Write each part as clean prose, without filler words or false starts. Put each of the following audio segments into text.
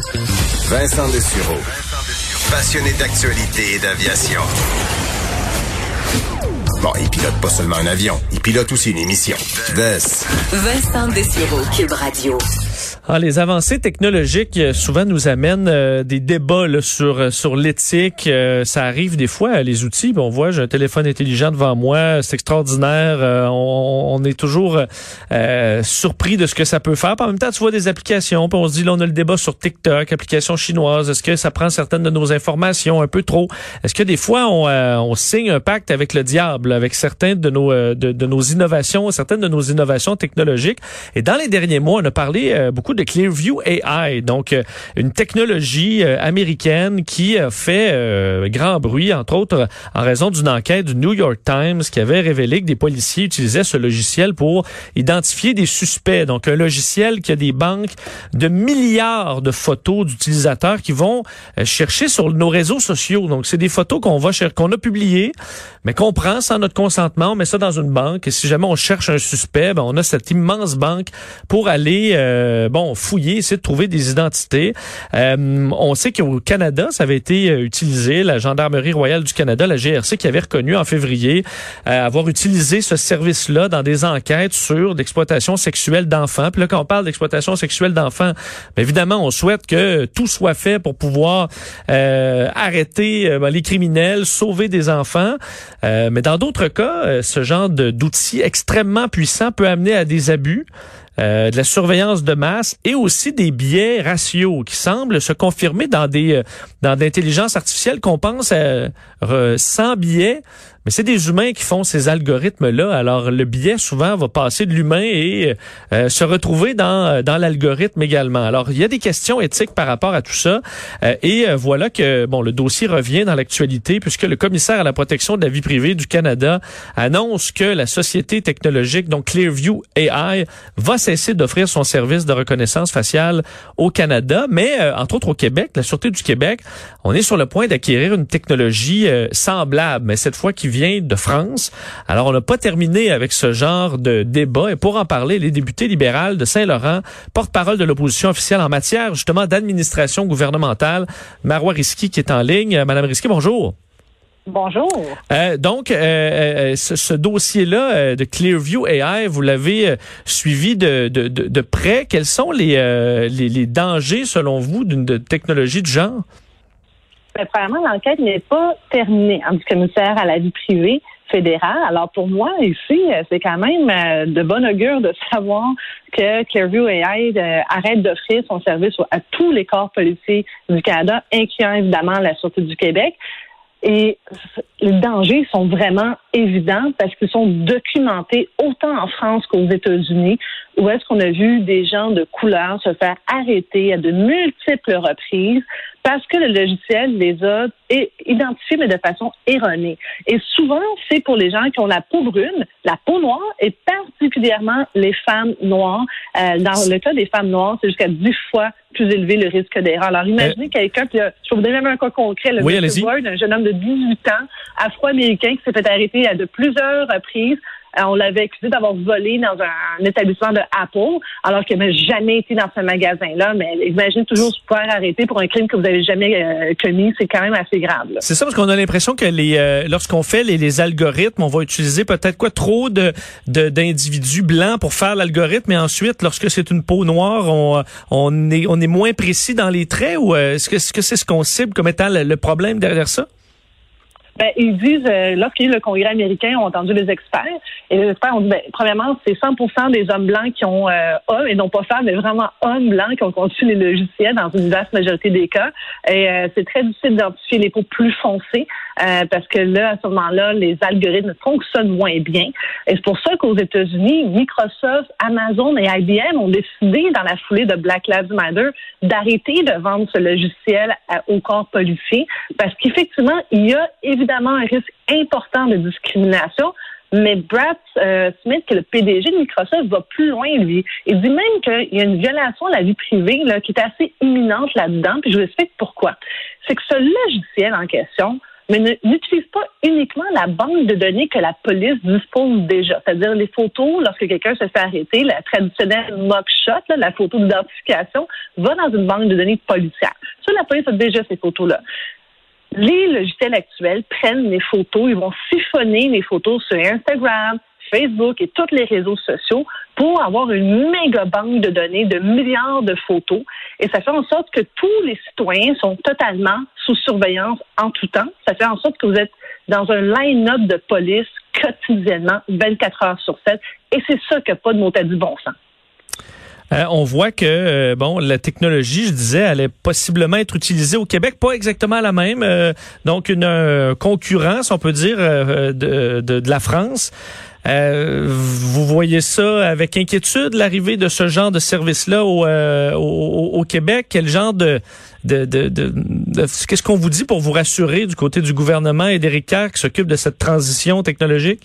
Vincent Dessureau. Passionné d'actualité et d'aviation. Bon, il pilote pas seulement un avion, il pilote aussi une émission. Vincent Dessureau, Cube Radio. Les avancées technologiques souvent nous amènent des débats là, sur l'éthique. Ça arrive des fois, les outils. On voit, j'ai un téléphone intelligent devant moi, c'est extraordinaire. On est toujours surpris de ce que ça peut faire. Puis en même temps, tu vois des applications. Puis on se dit, là, on a le débat sur TikTok, application chinoise. Est-ce que ça prend certaines de nos informations un peu trop? Est-ce que des fois, on signe un pacte avec le diable, avec certaines de nos innovations, certaines de nos innovations technologiques? Et dans les derniers mois, on a parlé beaucoup de Clearview AI, donc une technologie américaine qui a fait grand bruit, entre autres en raison d'une enquête du New York Times qui avait révélé que des policiers utilisaient ce logiciel pour identifier des suspects. Donc un logiciel qui a des banques de milliards de photos d'utilisateurs qui vont chercher sur nos réseaux sociaux. Donc c'est des photos qu'on a publiées, mais qu'on prend sans notre consentement, on met ça dans une banque et si jamais on cherche un suspect, on a cette immense banque pour aller fouiller, essayer de trouver des identités. On sait qu'au Canada, ça avait été utilisé, la Gendarmerie royale du Canada, la GRC, qui avait reconnu en février avoir utilisé ce service-là dans des enquêtes sur l'exploitation sexuelle d'enfants. Puis là, quand on parle d'exploitation sexuelle d'enfants, évidemment, on souhaite que tout soit fait pour pouvoir arrêter les criminels, sauver des enfants. Mais dans d'autres cas, ce genre d'outils extrêmement puissants peut amener à des abus. De la surveillance de masse et aussi des biais raciaux qui semblent se confirmer dans l'intelligence artificielle qu'on pense sans biais. Mais c'est des humains qui font ces algorithmes-là. Alors, le biais, souvent, va passer de l'humain et se retrouver dans l'algorithme également. Alors, il y a des questions éthiques par rapport à tout ça. Voilà que, le dossier revient dans l'actualité puisque le commissaire à la protection de la vie privée du Canada annonce que la société technologique, donc Clearview AI, va cesser d'offrir son service de reconnaissance faciale au Canada. Mais, entre autres au Québec, la Sûreté du Québec, on est sur le point d'acquérir une technologie semblable, mais cette fois qui vient de France. Alors, on n'a pas terminé avec ce genre de débat. Et pour en parler, les députés libérales de Saint-Laurent, porte-parole de l'opposition officielle en matière, justement, d'administration gouvernementale, Marois Risky, qui est en ligne. Madame Risky, bonjour. Bonjour. Ce dossier-là de Clearview AI, vous l'avez suivi de près. Quels sont les dangers, selon vous, d'une technologie de genre? Premièrement, l'enquête n'est pas terminée du commissaire à la vie privée fédéral. Alors pour moi, ici, c'est quand même de bon augure de savoir que Clearview AI arrête d'offrir son service à tous les corps policiers du Canada, incluant évidemment la Sûreté du Québec. Et les dangers sont vraiment évidents parce qu'ils sont documentés autant en France qu'aux États-Unis, où est-ce qu'on a vu des gens de couleur se faire arrêter à de multiples reprises parce que le logiciel les a identifiés, mais de façon erronée. Et souvent, c'est pour les gens qui ont la peau brune, la peau noire, et particulièrement les femmes noires. Dans le cas des femmes noires, c'est jusqu'à 10 fois plus élevé le risque d'erreur. Alors, imaginez quelqu'un, puis je vais vous donner même un cas concret, Mr. Ward, un jeune homme de 18 ans, afro-américain, qui s'est fait arrêter à de plusieurs reprises. On l'avait accusé d'avoir volé dans un établissement de Apple, alors qu'il n'avait jamais été dans ce magasin-là. Mais imaginez toujours se faire arrêter pour un crime que vous n'avez jamais commis. C'est quand même assez grave. Là. C'est ça, parce qu'on a l'impression que lorsqu'on fait les algorithmes, on va utiliser peut-être trop d'individus blancs pour faire l'algorithme, mais ensuite, lorsque c'est une peau noire, on est moins précis dans les traits, ou est-ce que c'est ce qu'on cible comme étant le problème derrière ça? Ils disent, lorsqu'il y a eu le Congrès américain, ont entendu les experts. Et les experts ont dit, premièrement, c'est 100% des hommes blancs qui ont hommes, et non pas femmes, mais vraiment hommes blancs qui ont conçu les logiciels dans une vaste majorité des cas. Et c'est très difficile d'identifier les peaux plus foncées, parce que là, à ce moment-là, les algorithmes fonctionnent moins bien. Et c'est pour ça qu'aux États-Unis, Microsoft, Amazon et IBM ont décidé, dans la foulée de Black Lives Matter, d'arrêter de vendre ce logiciel aux corps policiers, parce qu'effectivement, il y a évidemment un risque important de discrimination, mais Brad Smith, qui est le PDG de Microsoft, va plus loin, lui. Il dit même qu'il y a une violation de la vie privée là, qui est assez imminente là-dedans, puis je vous explique pourquoi. C'est que ce logiciel en question mais n'utilise pas uniquement la banque de données que la police dispose déjà. C'est-à-dire les photos, lorsque quelqu'un se fait arrêter, la traditionnelle mugshot, la photo d'identification, va dans une banque de données policière. Ça, la police a déjà ces photos-là. Les logiciels actuels prennent les photos, ils vont siphonner les photos sur Instagram, Facebook et tous les réseaux sociaux pour avoir une méga banque de données de milliards de photos. Et ça fait en sorte que tous les citoyens sont totalement sous surveillance en tout temps. Ça fait en sorte que vous êtes dans un line-up de police quotidiennement, 24 heures sur 7. Et c'est ça qui n'a pas de mot à du bon sens. On voit que la technologie, je disais, allait possiblement être utilisée au Québec, pas exactement la même. Donc une concurrence, on peut dire, de la France. Vous voyez ça avec inquiétude, l'arrivée de ce genre de service-là au Québec? Quel genre qu'est-ce qu'on vous dit pour vous rassurer du côté du gouvernement et d'Éric Kerr qui s'occupe de cette transition technologique?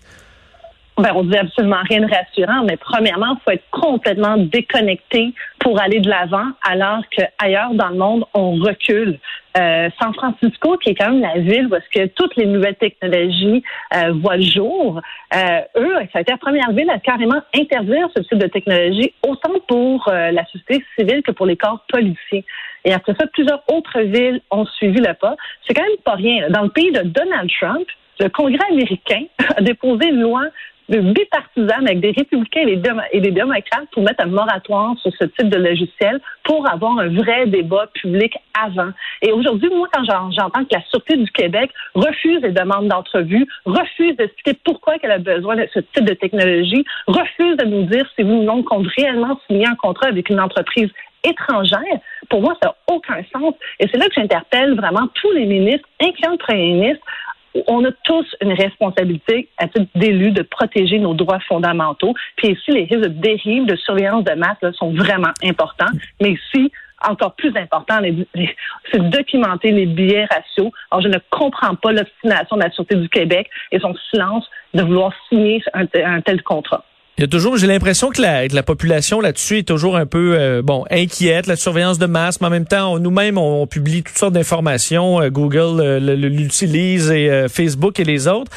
On dit absolument rien de rassurant, mais premièrement, il faut être complètement déconnecté pour aller de l'avant, alors qu'ailleurs dans le monde, on recule. San Francisco, qui est quand même la ville où est-ce que toutes les nouvelles technologies voient le jour, eux, ça a été la première ville à carrément interdire ce type de technologie, autant pour la société civile que pour les corps policiers. Et après ça, plusieurs autres villes ont suivi le pas. C'est quand même pas rien. Dans le pays de Donald Trump, le Congrès américain a déposé une loi bipartisane avec des républicains et des démocrates pour mettre un moratoire sur ce type de logiciel pour avoir un vrai débat public avant. Et aujourd'hui, moi, quand j'entends que la Sûreté du Québec refuse les demandes d'entrevue, refuse d'expliquer pourquoi elle a besoin de ce type de technologie, refuse de nous dire si oui ou non on compte réellement signer un contrat avec une entreprise étrangère, pour moi, ça n'a aucun sens. Et c'est là que j'interpelle vraiment tous les ministres, incluant le premier ministre. On a tous une responsabilité à titre d'élu de protéger nos droits fondamentaux. Puis ici, les risques de dérive, de surveillance de masse là, sont vraiment importants. Mais ici, encore plus important, c'est de documenter les biais raciaux. Alors, je ne comprends pas l'obstination de la Sûreté du Québec et son silence de vouloir signer un tel contrat. Il y a toujours, j'ai l'impression que la population là-dessus est toujours un peu inquiète, la surveillance de masse, mais en même temps, nous-mêmes, on publie toutes sortes d'informations, Google l'utilise et Facebook et les autres.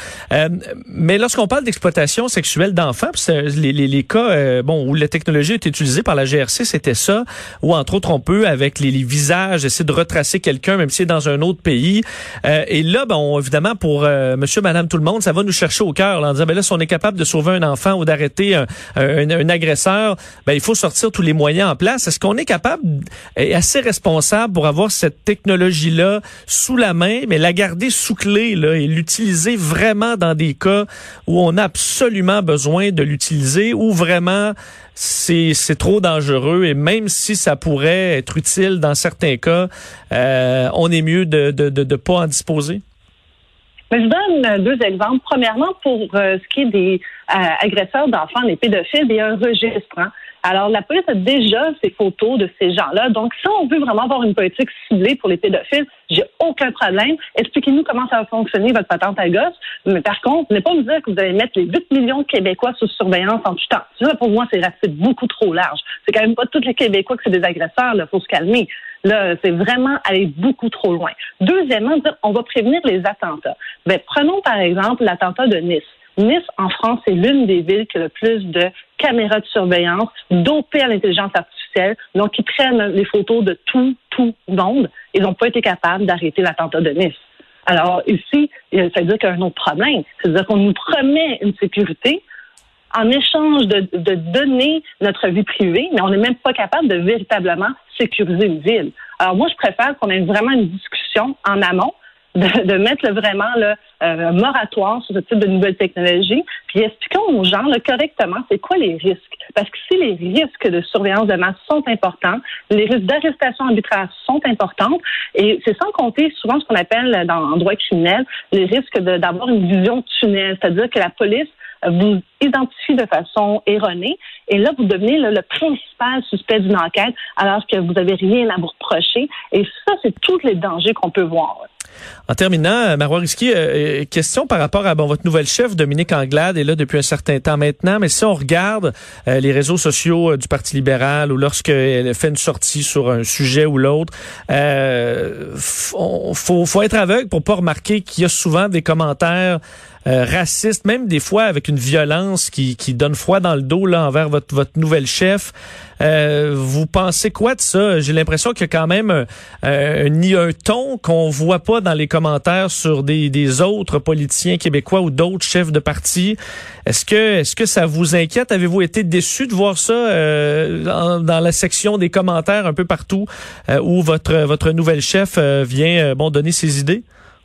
Mais lorsqu'on parle d'exploitation sexuelle d'enfants, les cas où la technologie est utilisée par la GRC, c'était ça, où entre autres on peut, avec les visages, essayer de retracer quelqu'un, même s'il est dans un autre pays. Et là, évidemment, pour monsieur, madame, tout le monde, ça va nous chercher au cœur, là, en disant, si on est capable de sauver un enfant ou d'arrêter un agresseur, il faut sortir tous les moyens en place. Est-ce qu'on est capable et assez responsable pour avoir cette technologie-là sous la main, mais la garder sous clé là, et l'utiliser vraiment dans des cas où on a absolument besoin de l'utiliser, ou vraiment c'est trop dangereux et même si ça pourrait être utile dans certains cas, on est mieux de pas en disposer? Mais je donne deux exemples. Premièrement, pour ce qui est des agresseurs d'enfants, les pédophiles, il y a un registre. Alors, la police a déjà ces photos de ces gens-là. Donc, si on veut vraiment avoir une politique ciblée pour les pédophiles, j'ai aucun problème. Expliquez-nous comment ça va fonctionner, votre patente à gosse. Mais par contre, ne pas me dire que vous allez mettre les 8 millions de Québécois sous surveillance en tout temps. Ça, pour moi, c'est beaucoup trop large. C'est quand même pas tous les Québécois que c'est des agresseurs. Il faut se calmer. Là, c'est vraiment aller beaucoup trop loin. Deuxièmement, on va prévenir les attentats. Prenons par exemple l'attentat de Nice. Nice, en France, c'est l'une des villes qui a le plus de caméras de surveillance dopées à l'intelligence artificielle. Donc, ils prennent les photos de tout le monde. Ils n'ont pas été capables d'arrêter l'attentat de Nice. Alors, ici, ça veut dire qu'il y a un autre problème. C'est-à-dire qu'on nous promet une sécurité en échange de donner notre vie privée, mais on n'est même pas capable de véritablement sécuriser une ville. Alors moi, je préfère qu'on ait vraiment une discussion en amont, de mettre vraiment un moratoire sur ce type de nouvelles technologies, puis expliquons aux gens correctement c'est quoi les risques. Parce que si les risques de surveillance de masse sont importants, les risques d'arrestation arbitraire sont importants, et c'est sans compter souvent ce qu'on appelle en droit criminel les risques d'avoir une vision tunnel, c'est-à-dire que la police vous identifie de façon erronée et là, vous devenez le principal suspect d'une enquête alors que vous n'avez rien à vous reprocher. Et ça, c'est tous les dangers qu'on peut voir. En terminant, Marois Risky, question par rapport à votre nouvelle chef, Dominique Anglade, est là depuis un certain temps maintenant, mais si on regarde les réseaux sociaux du Parti libéral ou lorsqu'elle fait une sortie sur un sujet ou l'autre, faut être aveugle pour pas remarquer qu'il y a souvent des commentaires racistes, même des fois avec une violence qui donne froid dans le dos là envers votre nouvelle chef. Vous pensez quoi de ça? J'ai l'impression qu'il y a quand même un ton qu'on voit pas dans les commentaires sur des autres politiciens québécois ou d'autres chefs de parti. Est-ce que ça vous inquiète? Avez-vous été déçu de voir ça dans la section des commentaires un peu partout où votre nouvelle chef vient donner ses idées?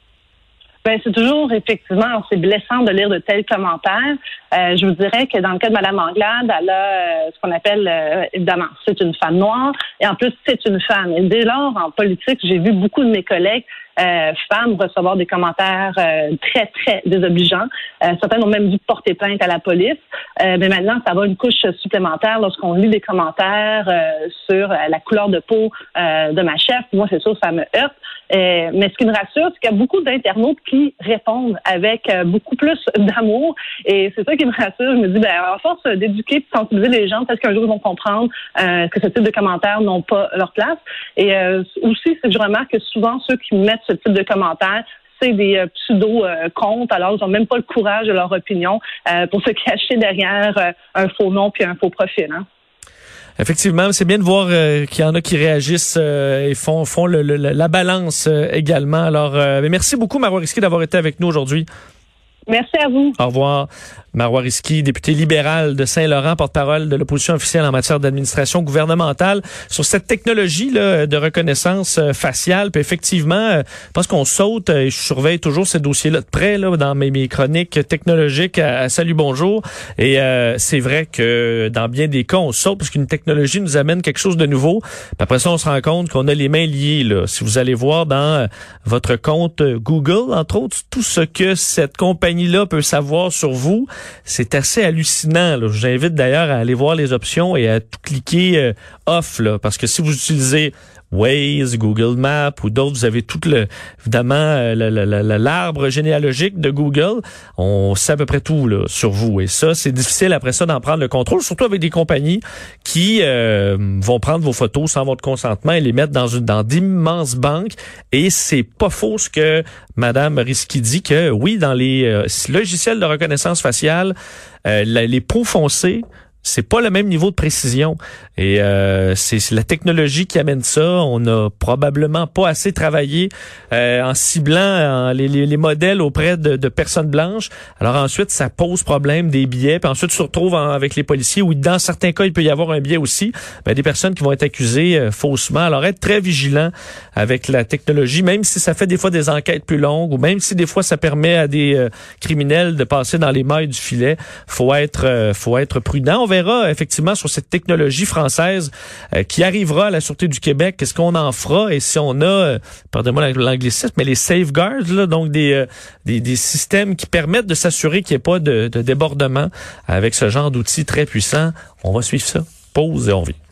Ben, c'est toujours effectivement c'est blessant de lire de tels commentaires. Je vous dirais que dans le cas de Mme Anglade, elle a ce qu'on appelle évidemment, c'est une femme noire et en plus c'est une femme. Et dès lors, en politique, j'ai vu beaucoup de mes collègues femmes recevoir des commentaires très, très désobligeants. Certaines ont même dû porter plainte à la police. Mais maintenant, ça va une couche supplémentaire lorsqu'on lit des commentaires sur la couleur de peau de ma chef. Moi, c'est sûr, ça me heurte. Mais ce qui me rassure, c'est qu'il y a beaucoup d'internautes qui répondent avec beaucoup plus d'amour. Et c'est ça qui me rassure. Je me dis, à force d'éduquer et de sensibiliser les gens, peut-être qu'un jour, ils vont comprendre que ce type de commentaires n'ont pas leur place. Et aussi, c'est que je remarque que souvent, ceux qui mettent ce type de commentaires, c'est des pseudo-comptes, alors ils n'ont même pas le courage de leur opinion pour se cacher derrière un faux nom puis un faux profil. Hein. Effectivement, c'est bien de voir qu'il y en a qui réagissent et font la balance également. Alors, merci beaucoup, Marois Risky, d'avoir été avec nous aujourd'hui. Merci à vous. Au revoir. Marois Risky, député libéral de Saint-Laurent, porte-parole de l'opposition officielle en matière d'administration gouvernementale, sur cette technologie là, de reconnaissance faciale. Puis effectivement, je pense qu'on saute, et je surveille toujours ces dossiers-là de près là, dans mes chroniques technologiques à Salut Bonjour. Et c'est vrai que dans bien des cas, on saute parce qu'une technologie nous amène quelque chose de nouveau. Puis après ça, on se rend compte qu'on a les mains liées. Là. Si vous allez voir dans votre compte Google, entre autres, tout ce que cette compagnie-là peut savoir sur vous, c'est assez hallucinant. Là. Je vous invite d'ailleurs à aller voir les options et à tout cliquer off, là, parce que si vous utilisez Waze, Google Maps ou d'autres, vous avez tout évidemment l'arbre généalogique de Google. On sait à peu près tout là sur vous. Et ça, c'est difficile après ça d'en prendre le contrôle, surtout avec des compagnies qui vont prendre vos photos sans votre consentement et les mettre dans d'immenses banques. Et c'est pas faux ce que Mme Risky dit, que oui, dans les logiciels de reconnaissance faciale, les peaux foncées, c'est pas le même niveau de précision et c'est la technologie qui amène ça. On n'a probablement pas assez travaillé en ciblant les modèles auprès de personnes blanches. Alors ensuite, ça pose problème des biais. Puis ensuite, on se retrouve avec les policiers où dans certains cas, il peut y avoir un biais aussi. Des personnes qui vont être accusées faussement. Alors être très vigilant avec la technologie, même si ça fait des fois des enquêtes plus longues ou même si des fois ça permet à des criminels de passer dans les mailles du filet. Faut être prudent. On verra effectivement sur cette technologie française qui arrivera à la Sûreté du Québec, qu'est-ce qu'on en fera et si on a, pardonnez-moi l'anglicisme, mais les safeguards, là, donc des systèmes qui permettent de s'assurer qu'il n'y ait pas de débordement avec ce genre d'outils très puissants. On va suivre ça. Pause et on revient.